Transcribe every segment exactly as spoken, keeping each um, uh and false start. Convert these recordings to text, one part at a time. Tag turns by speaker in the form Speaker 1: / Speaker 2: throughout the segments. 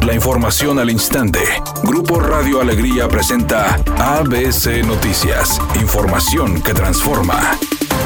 Speaker 1: La información al instante. Grupo Radio Alegría presenta A B C Noticias. Información que transforma.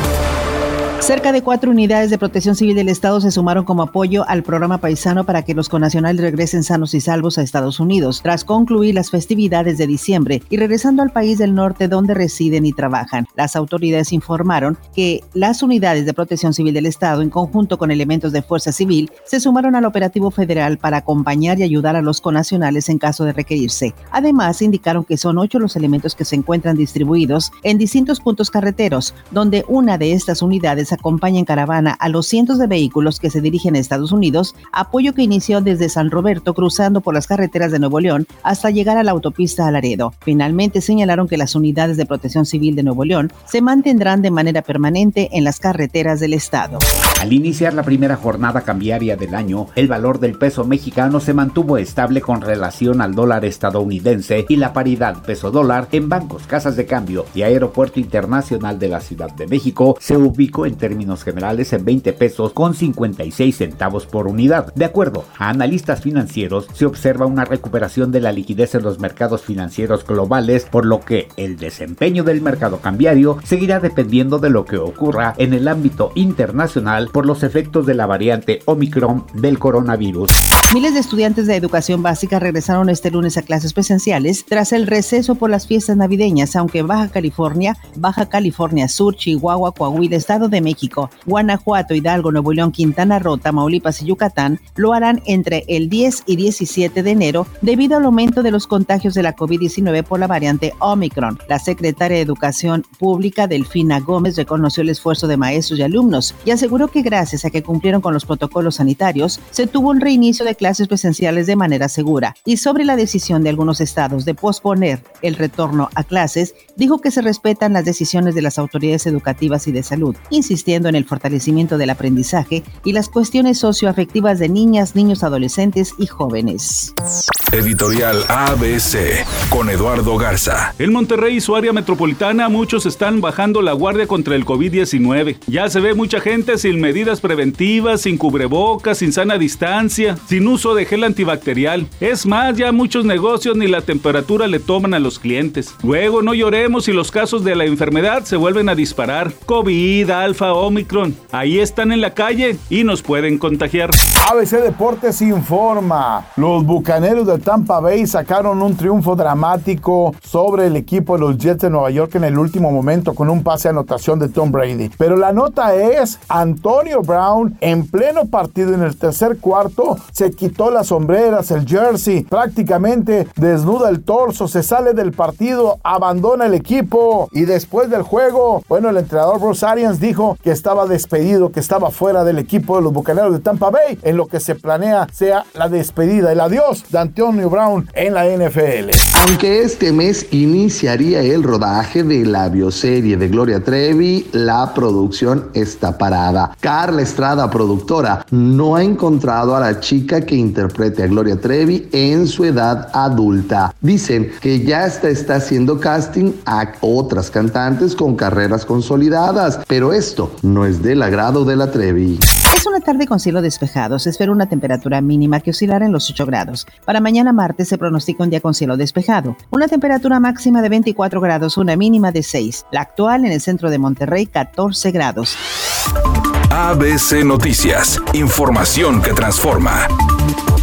Speaker 2: Cerca de cuatro unidades de Protección Civil del Estado se sumaron como apoyo al programa paisano para que los connacionales regresen sanos y salvos a Estados Unidos, tras concluir las festividades de diciembre y regresando al país del norte donde residen y trabajan. Las autoridades informaron que las unidades de Protección Civil del Estado, en conjunto con elementos de Fuerza Civil, se sumaron al operativo federal para acompañar y ayudar a los connacionales en caso de requerirse. Además, indicaron que son ocho los elementos que se encuentran distribuidos en distintos puntos carreteros, donde una de estas unidades acompaña en caravana a los cientos de vehículos que se dirigen a Estados Unidos, apoyo que inició desde San Roberto cruzando por las carreteras de Nuevo León hasta llegar a la autopista a Laredo. Finalmente señalaron que las unidades de Protección Civil de Nuevo León se mantendrán de manera permanente en las carreteras del estado.
Speaker 3: Al iniciar la primera jornada cambiaria del año, el valor del peso mexicano se mantuvo estable con relación al dólar estadounidense y la paridad peso-dólar en bancos, casas de cambio y Aeropuerto Internacional de la Ciudad de México se ubicó en términos generales en veinte pesos con cincuenta y seis centavos por unidad. De acuerdo a analistas financieros, se observa una recuperación de la liquidez en los mercados financieros globales, por lo que el desempeño del mercado cambiario seguirá dependiendo de lo que ocurra en el ámbito internacional por los efectos de la variante Omicron del coronavirus.
Speaker 2: Miles de estudiantes de educación básica regresaron este lunes a clases presenciales tras el receso por las fiestas navideñas, aunque Baja California, Baja California Sur, Chihuahua, Coahuila, Estado de México, Guanajuato, Hidalgo, Nuevo León, Quintana Roo, Tamaulipas y Yucatán lo harán entre el diez y diecisiete de enero debido al aumento de los contagios de la covid diecinueve por la variante Omicron. La secretaria de Educación Pública, Delfina Gómez, reconoció el esfuerzo de maestros y alumnos y aseguró que gracias a que cumplieron con los protocolos sanitarios, se tuvo un reinicio de clases presenciales de manera segura. Y sobre la decisión de algunos estados de posponer el retorno a clases, dijo que se respetan las decisiones de las autoridades educativas y de salud, insistiendo en el fortalecimiento del aprendizaje y las cuestiones socioafectivas de niñas, niños, adolescentes y jóvenes.
Speaker 1: Editorial A B C con Eduardo Garza.
Speaker 4: En Monterrey y su área metropolitana muchos están bajando la guardia contra el covid diecinueve. Ya se ve mucha gente sin medidas preventivas, sin cubrebocas, sin sana distancia, sin uso de gel antibacterial. Es más, ya muchos negocios ni la temperatura le toman a los clientes. Luego no lloremos si los casos de la enfermedad se vuelven a disparar. COVID, Alfa, Omicron, ahí están en la calle y nos pueden contagiar.
Speaker 5: A B C Deportes informa. Los Bucaneros de Tampa Bay sacaron un triunfo dramático sobre el equipo de los Jets de Nueva York en el último momento con un pase de anotación de Tom Brady. Pero la nota es, Antonio Brown en pleno partido en el tercer cuarto se quitó las sombreras, el jersey, prácticamente desnuda el torso, se sale del partido, abandona el equipo y después del juego, bueno, el entrenador Bruce Arians dijo que estaba despedido, que estaba fuera del equipo de los Bucaneros de Tampa Bay, en lo que se planea sea la despedida, el adiós de Antonio Brown en la N F L.
Speaker 6: Aunque este mes iniciaría el rodaje de la bioserie de Gloria Trevi, la producción está parada. Carla Estrada, productora, no ha encontrado a la chica que interprete a Gloria Trevi en su edad adulta. Dicen que ya está, está haciendo casting a otras cantantes con carreras consolidadas, pero esto no es del agrado de la Trevi.
Speaker 2: Es una tarde con cielo despejado. Se espera una temperatura mínima que oscilará en los ocho grados. Para mañana martes se pronostica un día con cielo despejado. Una temperatura máxima de veinticuatro grados, una mínima de seis. La actual en el centro de Monterrey, catorce grados.
Speaker 1: A B C Noticias. Información que transforma.